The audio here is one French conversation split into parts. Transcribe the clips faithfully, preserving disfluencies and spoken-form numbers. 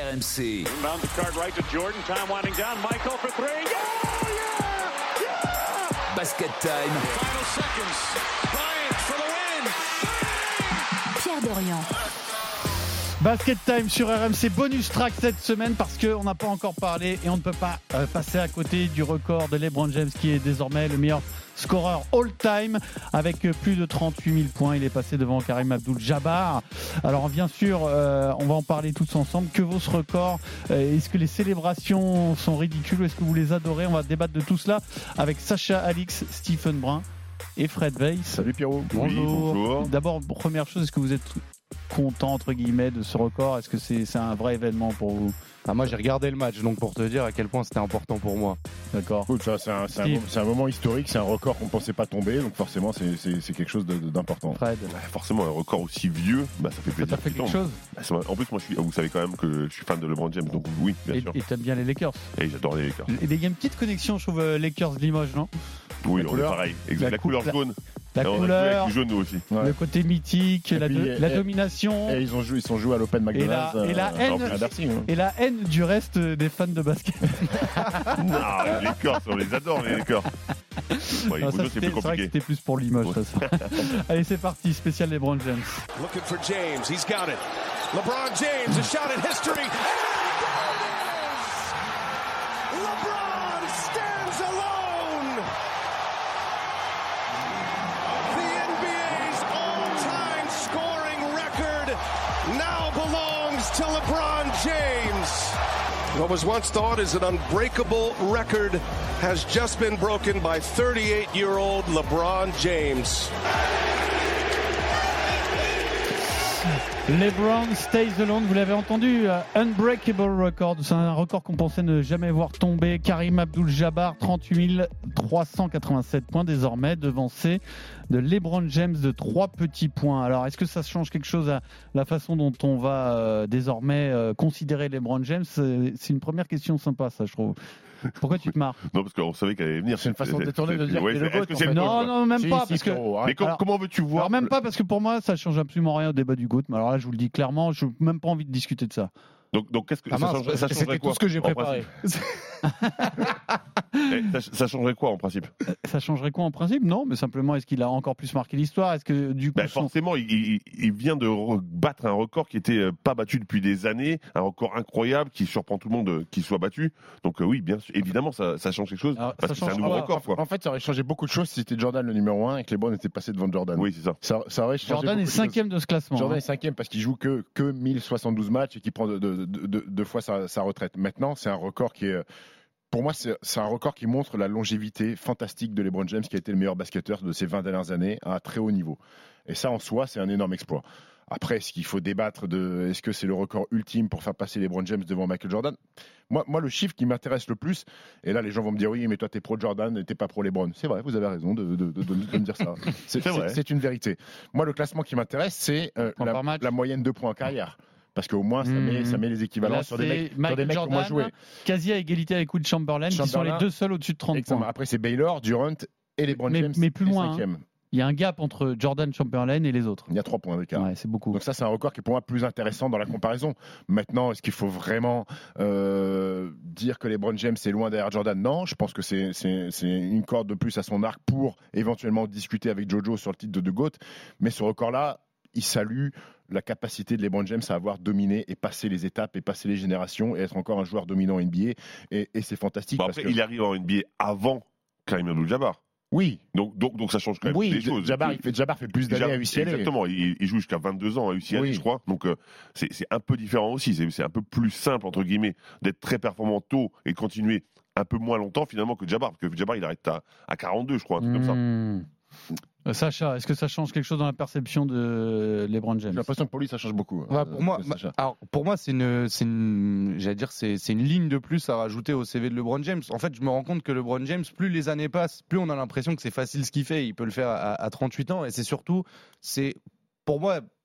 R M C. Inbound the card right to Jordan. Time winding down. Michael for three. Yeah! Yeah! Yeah! Basket time. Final seconds. Bryant for the win. Pierre Dorian. Basket Time sur R M C, bonus track cette semaine parce qu'on n'a pas encore parlé et on ne peut pas euh, passer à côté du record de LeBron James qui est désormais le meilleur scoreur all-time avec plus de trente-huit mille points. Il est passé devant Karim Abdul-Jabbar. Alors bien sûr, euh, on va en parler tous ensemble. Que vaut ce record ? euh, Est-ce que les célébrations sont ridicules ou est-ce que vous les adorez ? On va débattre de tout cela avec Sacha Alix, Stephen Brun et Fred Weiss. Salut Pierrot. Bonjour. Oui, bonjour. D'abord, première chose, est-ce que vous êtes content entre guillemets de ce record ? Est-ce que c'est, c'est un vrai événement pour vous ? Ah, moi j'ai regardé le match, donc pour te dire à quel point c'était important pour moi. D'accord. Écoute, ça, c'est, un, c'est, un, c'est un moment historique, c'est un record qu'on ne pensait pas tomber, donc forcément c'est, c'est, c'est quelque chose de, de, d'important. Fred, Ouais, forcément, un record aussi vieux, bah, ça fait ça plaisir. t'a fait qu'il quelque tombe. chose ? Bah, c'est- En plus, moi, je suis, vous savez quand même que je suis fan de LeBron James, donc oui, bien et, sûr. et t'aimes bien les Lakers ? Et j'adore les Lakers. Et il y a une petite connexion, je trouve, euh, Lakers-Limoges, non ? Oui, La on est couleur. pareil. Exact. La La, cou- couleur la- jaune. La Et on a joué couleur, avec du jaune, nous aussi. Ouais. le côté mythique, Et la, puis, do- la et- domination Et ils ont joué, ils sont joués à l'Open McDonald's. Et la- et la haine- à Bercy, hein. et la haine du reste des fans de basket. Ah, les Lakers, on les adore, les Lakers. Ouais, Non, les ça, autres, c'est c'était, plus c'est vrai que compliqué. c'était plus pour Limoges. ça, ça. Allez, c'est parti, spécial LeBron James. Looking for James. He's got it. LeBron James, a shot in history. LeBron stands alone. The N B A's all-time scoring record now belongs to LeBron James. What was once thought as an unbreakable record has just been broken by thirty-eight-year-old LeBron James. LeBron stays alone, vous l'avez entendu, uh, Unbreakable Record, c'est un record qu'on pensait ne jamais voir tomber. Karim Abdul-Jabbar, trente-huit mille trois cent quatre-vingt-sept points désormais, devancé de LeBron James de trois petits points. Alors, est-ce que ça change quelque chose à la façon dont on va euh, désormais euh, considérer LeBron James ? C'est, c'est une première question sympa, ça, je trouve. Pourquoi tu te marres ? Non, parce qu'on savait qu'elle allait venir. C'est une façon détournée de dire Ouais, que c'est le est-ce GOAT, que en c'est fait. le Non, GOAT, non, même Si, pas, si, parce que... Pierrot, Mais arrête. com- Alors- comment veux-tu voir Alors même pas parce que pour moi ça change absolument rien au débat du GOAT. Mais alors là je vous le dis clairement, je n'ai même pas envie de discuter de ça. Donc, donc qu'est-ce que Ah ça, mince, changerait, ça c'était changerait tout quoi ce que j'ai en préparé. principe Eh, ça, ça changerait quoi en principe Ça changerait quoi en principe ? Non, mais simplement est-ce qu'il a encore plus marqué l'histoire ? Est-ce que du coup Ben, son- forcément, il, il- il vient de re- battre un record qui était euh, pas battu depuis des années, un record incroyable qui surprend tout le monde euh, qu'il soit battu. Donc euh, oui, bien sûr, évidemment, ça, ça change quelque chose Alors, parce ça que c'est un change nouveau quoi record, quoi. En fait, ça aurait changé beaucoup de choses si c'était Jordan le numéro un et que les LeBron étaient passés devant Jordan. Oui, c'est ça. Ça, ça aurait changé Jordan beaucoup est de choses. cinquième de ce classement. Jordan hein. est cinquième parce qu'il joue que, que mille soixante-douze matchs et qu'il prend deux de, de, de, de fois sa, sa retraite. Maintenant, c'est un record qui est... Pour moi, c'est, c'est un record qui montre la longévité fantastique de LeBron James, qui a été le meilleur basketteur de ces vingt dernières années à un très haut niveau. Et ça, en soi, c'est un énorme exploit. Après, est-ce qu'il faut débattre de est-ce que c'est le record ultime pour faire passer LeBron James devant Michael Jordan ? Moi, moi, le chiffre qui m'intéresse le plus, et là, les gens vont me dire oui, mais toi, t'es pro Jordan et t'es pas pro LeBron. C'est vrai, vous avez raison de, de, de, de, de me dire ça. C'est, C'est vrai. c'est, c'est une vérité. Moi, le classement qui m'intéresse, c'est euh, Points par la, match. la moyenne de points en carrière. Parce qu'au moins, ça, Mmh. met, ça met les équivalents Là, sur des c'est mecs, sur Michael des mecs qui ont moins Jordan, joué. quasi à égalité avec Will Chamberlain, qui sont Chamberlain. les deux seuls au-dessus de trente Exactement. points. Après, c'est Baylor, Durant et LeBron Mais- James. mais plus qui est loin, cinquième. Il y a un gap entre Jordan, Chamberlain et les autres. Il y a trois points d'écart. Ouais, c'est beaucoup. Donc ça, c'est un record qui est pour moi plus intéressant dans la comparaison. Maintenant, est-ce qu'il faut vraiment euh, dire que LeBron James est loin derrière Jordan ? Non, je pense que c'est, c'est, c'est une corde de plus à son arc pour éventuellement discuter avec Jojo sur le titre de, de GOAT. Mais ce record-là, il salue la capacité de LeBron James à avoir dominé et passé les étapes et passer les générations et être encore un joueur dominant en N B A. Et, et c'est fantastique. Bon, parce après, que... il arrive en N B A avant Karim Abdul-Jabbar. Oui, Donc, donc, donc ça change quand même oui, des choses. Jabbar, il fait, Jabbar fait plus d'années Jab- à U C L A. Exactement, il, il joue jusqu'à vingt-deux ans à U C L A, Oui. je crois. Donc euh, c'est, c'est un peu différent aussi. C'est, c'est un peu plus simple, entre guillemets, d'être très performant tôt et de continuer un peu moins longtemps finalement que Jabbar. Parce que Jabbar, il arrête à, à quarante-deux, je crois, un truc comme ça. Mmh. Euh, Sacha, est-ce que ça change quelque chose dans la perception de LeBron J'ai James ? l'impression que pour lui, ça change beaucoup. Ouais, pour Euh, moi, Sacha. ma- alors pour moi, c'est une, c'est une, j'allais dire, c'est, c'est une ligne de plus à rajouter au C V de LeBron James. En fait, je me rends compte que LeBron James, plus les années passent, plus on a l'impression que c'est facile ce qu'il fait. Il peut le faire à, à trente-huit ans, et c'est surtout, c'est pour moi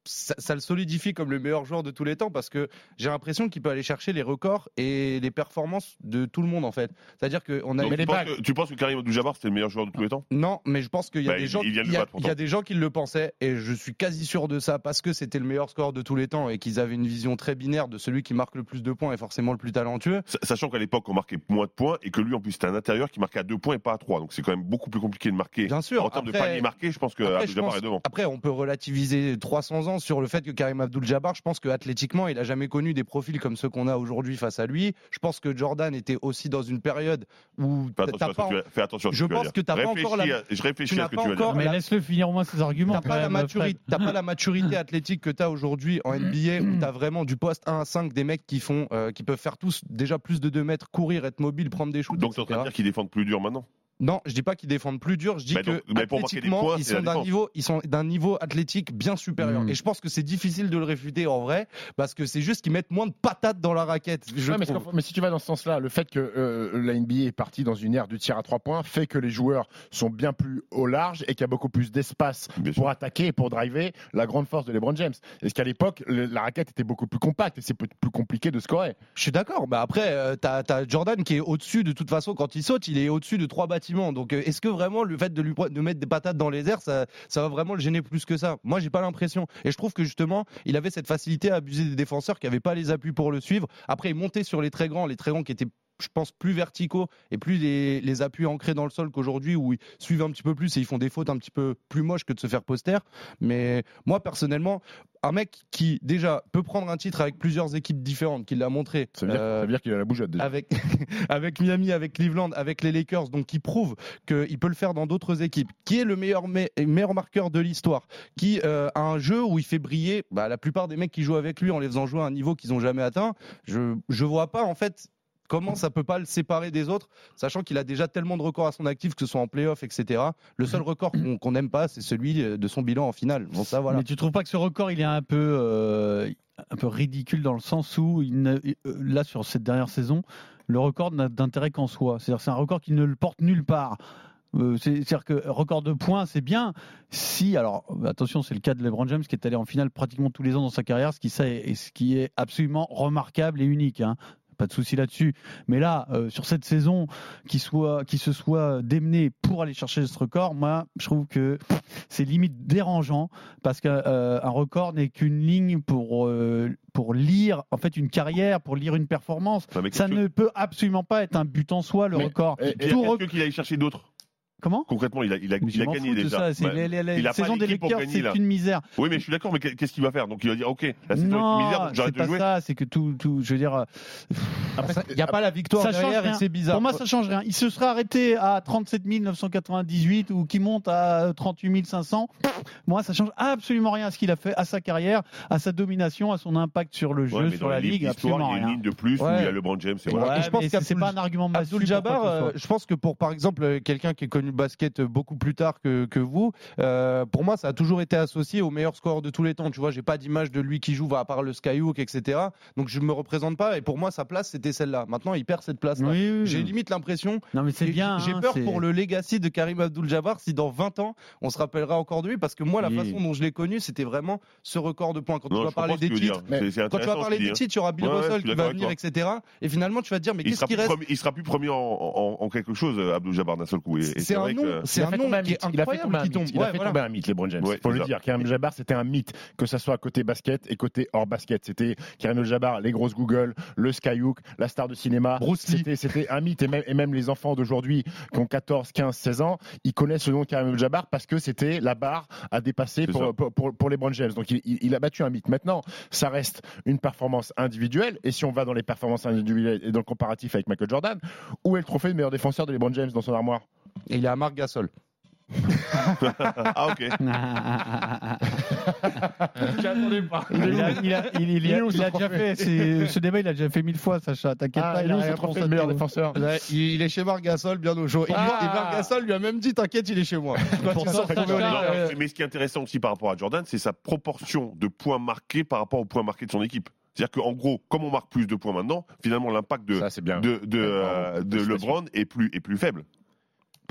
ça, ça le solidifie comme le meilleur joueur de tous les temps parce que j'ai l'impression qu'il peut aller chercher les records et les performances de tout le monde en fait. C'est-à-dire que on a Donc, mais tu, les penses bagues... que, tu penses que Karim Abdul-Jabbar c'était le meilleur joueur de tous les temps? Non, mais je pense qu'il y a bah, des il, gens, il, il y a, il y a des gens qui le pensaient et je suis quasi sûr de ça parce que c'était le meilleur score de tous les temps et qu'ils avaient une vision très binaire de celui qui marque le plus de points et forcément le plus talentueux. Sachant qu'à l'époque on marquait moins de points et que lui en plus c'était un intérieur qui marquait à deux points et pas à trois, donc c'est quand même beaucoup plus compliqué de marquer. Bien sûr. En termes après, de panier marqué, je pense que après, Abdul-Jabbar je pense, est devant. Après, on peut relativiser trois cents ans sur le fait que Karim Abdul-Jabbar, je pense que athlétiquement, il a jamais connu des profils comme ceux qu'on a aujourd'hui face à lui. Je pense que Jordan était aussi dans une période où Fais attention, t'as à ce pas. que tu vas- fais attention à ce Je que tu vas pense dire. que t'as pas Réfléchis encore la- à- Je réfléchis tu à n'as ce que pas tu vas dire. encore Mais la- laisse-le finir au moins ses arguments. T'as quand pas, la même, maturité, Fred. t'as pas la maturité athlétique que t'as aujourd'hui en N B A où t'as vraiment du poste un à cinq des mecs qui font, euh, qui peuvent faire tous déjà plus de deux mètres, courir, être mobile, prendre des shoots. Donc tu es en train de et cetera. dire qu'ils défendent plus dur maintenant? Non, je dis pas qu'ils défendent plus dur, je dis Mais que donc- mais pour marquer des athlétiquement, points, ils c'est sont la d'un défense. niveau, ils sont d'un niveau athlétique bien supérieur. Mm. Et je pense que c'est difficile de le réfuter en vrai, parce que c'est juste qu'ils mettent moins de patates dans la raquette. Je Ouais, mais, trouve. ce mais si tu vas dans ce sens-là, le fait que euh, la N B A est partie dans une ère du tir à trois points fait que les joueurs sont bien plus au large et qu'il y a beaucoup plus d'espace Bien sûr. pour attaquer et pour driver, la grande force de LeBron James. Est-ce qu'à l'époque, le- la raquette était beaucoup plus compacte et c'est peu- plus compliqué de scorer. Je suis d'accord. Mais après, euh, t'as, t'as Jordan qui est au-dessus de toute façon quand il saute, il est au-dessus de trois bâtiments. Donc, euh, est-ce que vraiment le fait de lui de mettre des patates dans les airs, ça, ça va vraiment le gêner plus que ça? Moi, j'ai pas l'impression. Et je trouve que justement, il avait cette facilité à abuser des défenseurs qui n'avaient pas les appuis pour le suivre. Après, il montait sur les très grands, les très grands qui étaient, je pense, plus verticaux et plus les, les appuis ancrés dans le sol qu'aujourd'hui où ils suivent un petit peu plus et ils font des fautes un petit peu plus moches que de se faire poster. Mais moi, personnellement, un mec qui déjà peut prendre un titre avec plusieurs équipes différentes, qui l'a montré. Ça veut dire, euh, ça veut dire qu'il a la bougeotte déjà. avec, avec Miami, avec Cleveland, avec les Lakers, donc qui prouve qu'il peut le faire dans d'autres équipes, qui est le meilleur, me- meilleur marqueur de l'histoire, qui euh, a un jeu où il fait briller bah, la plupart des mecs qui jouent avec lui en les faisant jouer à un niveau qu'ils n'ont jamais atteint. Je je vois pas en fait comment ça peut pas le séparer des autres, sachant qu'il a déjà tellement de records à son actif, que ce soit en play-off, et cetera. Le seul record qu'on qu'on n'aime pas, c'est celui de son bilan en finale. Bon, ça, voilà. Mais tu trouves pas que ce record il est un peu euh, un peu ridicule dans le sens où il ne- euh, là sur cette dernière saison, le record n'a d'intérêt qu'en soi. C'est-à-dire c'est un record qui ne le porte nulle part. Euh, c'est- C'est-à-dire que record de points, c'est bien. Si, alors attention, c'est le cas de LeBron James qui est allé en finale pratiquement tous les ans dans sa carrière, ce qui, ça, est, ce qui est absolument remarquable et unique. Hein. Pas de souci là-dessus. Mais là, euh, sur cette saison, qui soit, qui se soit démené pour aller chercher ce record, moi, je trouve que c'est limite dérangeant parce qu'un euh, record n'est qu'une ligne pour euh, pour lire en fait une carrière, pour lire une performance. Non, mais Ça qu'est-ce que- ne peut absolument pas être un but en soi le Mais- record. et- et- Tout Est-ce rec- qu'il aille chercher d'autres? Comment Concrètement, il a, il a, Mais il a je m'en gagné fous de déjà. ça. C'est Ouais. les, les- les Il a pas saisons des l'équipe pour Lakers, gagner, là. c'est une misère. Oui, mais je suis d'accord, mais qu'est-ce qu'il va faire? Donc il va dire, ok, la saison est une Non, misère, donc c'est j'arrête de pas jouer. ça. C'est que tout, tout, je veux dire, euh, Il n'y a pas la victoire ça change derrière rien. et c'est bizarre. Pour moi, ça change rien. Il se serait arrêté à trente-sept mille neuf cent quatre-vingt-dix-huit ou qui monte à trente-huit mille cinq cents. Moi, ça change absolument rien à ce qu'il a fait, à sa carrière, à sa domination, à son impact sur le jeu, Ouais, mais sur dans la les livres ligue. d'histoire, Absolument il y a une rien. ligne de plus où Ouais. il y a LeBron James. Et Ouais, voilà. Et je pense mais qu'Abdul- c'est pas un argument massif. Abdul Jabbar, pour quoi que ce euh, soit. je pense que pour par exemple euh, quelqu'un qui est connu le basket beaucoup plus tard que, que vous, euh, pour moi ça a toujours été associé au meilleur score de tous les temps. Tu vois, j'ai pas d'image de lui qui joue à part le skyhook, et cetera. Donc je me représente pas et pour moi sa place c'était celle-là. Maintenant il perd cette place-là. Oui, oui, oui. J'ai limite l'impression. Non, mais c'est et bien. J'ai hein, peur c'est- pour le legacy de Karim Abdul-Jabbar si dans vingt ans on se rappellera encore de lui parce que moi la Oui. façon dont je l'ai connu c'était vraiment ce record de points. Quand Non, tu je vas parler comprends ce des que tu veux titres, dire. C'est- c'est quand tu vas intéressant parler ce qu'il des dit, titres, il y aura Bill Ouais, ouais, je Russell suis qui d'accord va avec venir, toi. et cetera. Et finalement tu vas te dire mais Il qu'est-ce sera, qui plus reste? premier, il sera plus premier en, en, en quelque chose, Abdul Jabbar, d'un seul coup. Et, et C'est un vrai nom, que- c'est Il a un fait nom tomber un qui est mythe. Il a fait tomber incroyable un qui mythe. tombe. Il a Ouais, fait voilà. tomber un mythe, LeBron James. Ouais, Faut c'est le ça. dire. Karim Jabbar, c'était un mythe, que ça soit côté basket et côté hors basket. C'était Karim Jabbar, les grosses Google, le skyhook, la star de cinéma. Bruce Lee. C'était, c'était un mythe. Et même, et même les enfants d'aujourd'hui qui ont quatorze, quinze, seize ans, ils connaissent le nom de Karim Jabbar parce que c'était la barre à dépasser C'est ça. pour, pour, pour, pour les LeBron James. Donc il, il, il a battu un mythe. Maintenant, ça reste une performance individuelle. Et si on va dans les performances individuelles et dans le comparatif avec Michael Jordan, où est le trophée de meilleur défenseur de LeBron James dans son armoire? Et il est à Marc Gasol. Ah, ok. J'attendais pas. Il a, il a, il, il Il est a, où, il ce a déjà trophée fait c'est- ce débat, il a déjà fait mille fois, Sacha. T'inquiète Ah, pas, il il est a où ce réponse trophée à de meilleur tout. défenseur? Il est chez Marc Gasol, bien au jour. Et, Ah. et Marc Gasol lui a même dit t'inquiète, il est chez moi. Quand Pourtant, il sort Sacha, tomber au Non, Lakers. euh, mais- mais ce qui est intéressant aussi par rapport à Jordan, c'est sa proportion de points marqués par rapport aux points marqués de son équipe. C'est-à-dire qu'en gros, comme on marque plus de points maintenant, finalement l'impact de, Ça, c'est bien. de, de, Ouais, euh, bravo. de Félicitations. LeBron est plus, est plus faible.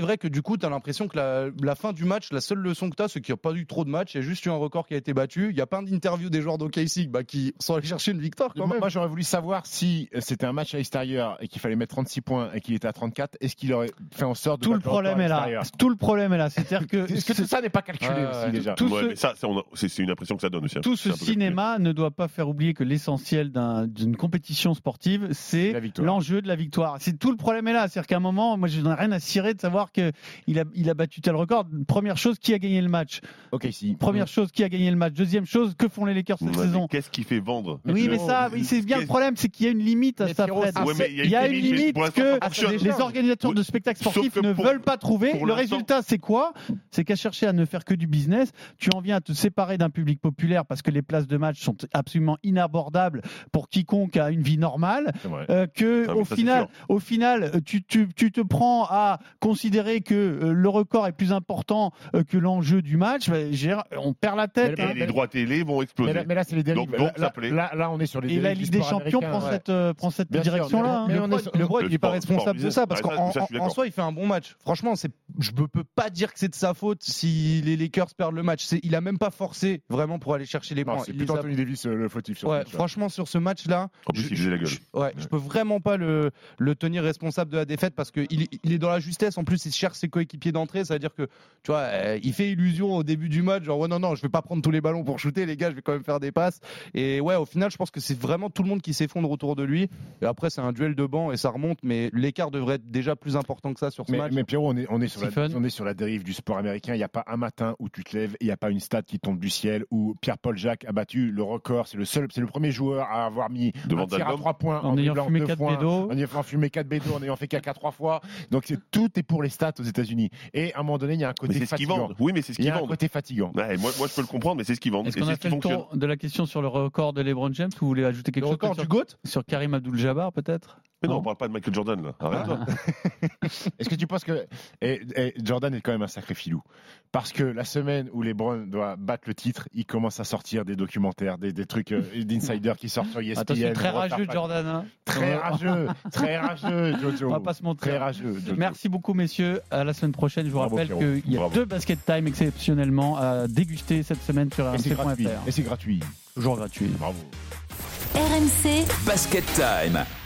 c'est vrai que du coup, tu as l'impression que la, la, la fin du match, la seule leçon que tu as, c'est qu'il n'y a pas eu trop de matchs. Il y a juste eu un record qui a été battu. Il y a pas d'interview des joueurs d'O K C bah, qui sont allés chercher une victoire quand même. Moi, j'aurais voulu savoir si c'était un match à l'extérieur et qu'il fallait mettre trente-six points et qu'il était à trente-quatre. Est-ce qu'il aurait fait en sorte de tout le problème est là. Tout le problème est là. C'est-à-dire que est-ce que tout ça n'est pas calculé Ouais, aussi ouais, déjà. Ouais, ce... mais ça, ça, on a- c'est, c'est une impression que ça donne aussi. hein. Tout C'est ce un peu cinéma ne doit pas faire oublier que l'essentiel d'un- d'une compétition sportive, c'est La victoire. l'enjeu de la victoire. C'est tout le problème est là. C'est-à-dire qu'à un moment, moi, je n'ai rien à cirer de savoir que il a, il a battu tel record. Première chose, qui a gagné le match. Ok, si. Première chose, qui a gagné le match. Deuxième chose, que font les Lakers cette Ouais, mais saison. Qu'est-ce qui fait vendre Oui, mais Pierrot, ça, oui, c'est bien le qu'est-ce- problème, c'est qu'il y a une limite à Mais ça, Pierrot, Fred. c'est- Ouais, mais Il y a une limite pour l'instant, que ça fonctionne. les organisateurs de spectacles Sauf sportifs que ne pour- veulent pas trouver. pour Le l'instant- résultat, c'est quoi? C'est qu'à chercher à ne faire que du business, tu en viens à te séparer d'un public populaire parce que les places de match sont absolument inabordables pour quiconque a une vie normale. C'est vrai. Euh, que Ah, mais au ça, c'est final, sûr. au final, tu, tu, tu te prends à considérer que euh, le record est plus important euh, que l'enjeu du match. Ben, j'ai- on perd la tête. Mais- hein. Et les droits télé vont Mais exploser. là, mais là, c'est les dérives. Donc, donc, là, ça plaît. là, là, on est sur les Et dérives la du Ligue des sport Champions américain, prend ouais. cette, euh, prend cette Bien sûr, direction-là. hein. mais Le on est Broad, sur- le Broad, Le il n'est pas sport- responsable sport de ça parce business. qu'en Ouais, ça, ça, je suis en- en d'accord. soi, il fait un bon match. Franchement, c'est, je ne peux pas dire que c'est de sa faute si les Lakers perdent le match. C'est, il a même pas forcé vraiment pour aller chercher les Non, points. c'est Il plutôt les a- Anthony Davis euh, le fautif sur Ouais, ce match-là. franchement, sur ce match-là, En plus, je, il faisait la gueule. je- ouais, je peux vraiment pas le, le tenir responsable de la défaite parce qu'il il est dans la justesse. En plus, il cherche ses coéquipiers d'entrée. Ça veut dire que, tu vois, euh, il fait illusion au début du match. Genre, ouais, non, non, je vais pas prendre tous les ballons pour shooter, les gars, je vais quand même faire des passes. Et ouais, au final, je pense que c'est vraiment tout le monde qui s'effondre autour de lui. Et après, c'est un duel de banc et ça remonte, mais l'écart devrait être déjà plus important que ça sur ce Mais, match. mais Pierrot, on est, on, est sur la, Stephen. on est sur la dérive du sport américain. Il n'y a pas un matin où tu te lèves et il n'y a pas une stat qui tombe du ciel où Pierre-Paul Jacques a battu le record. C'est le seul, c'est le premier joueur à avoir mis Devant un tir à Dalgom. trois points En ayant dribblant fumé deux quatre fois, bédos. en ayant fumé quatre bédos, en ayant fait caca trois fois. Donc c'est tout est pour les stats aux États-Unis. Et à un moment donné, il y a un Mais côté c'est ce qu'ils fatigant. vendent. Oui, mais c'est ce Il y qu'ils a un vendent. côté fatigant. Ouais, moi, moi, je peux le comprendre, mais c'est ce qu'ils vendent. Est-ce Et qu'on c'est a ce fait qui le fonctionne. tour de la question sur le record de LeBron James ou vous voulez ajouter quelque Le chose record sur, du GOAT sur Karim Abdul-Jabbar peut-être? Mais non, Non. on parle pas de Michael Jordan, là. Arrête-toi. Est-ce que tu penses que et, et Jordan est quand même un sacré filou parce que la semaine où LeBron doit battre le titre, il commence à sortir des documentaires, des, des trucs euh, d'insiders qui sortent sur E S P N. Attention, très refaire rageux pas- Jordan. hein. Très rageux, très rageux, Jojo. On va pas se mentir. Très rageux, Jojo. Merci beaucoup messieurs. À la semaine prochaine. Je vous Bravo, rappelle Pierrot. qu'il y a Bravo. deux basket time exceptionnellement à déguster cette semaine sur Et c'est R M C point gratuit. F R. Et c'est gratuit. Toujours gratuit. Bravo. R M C Basket Time.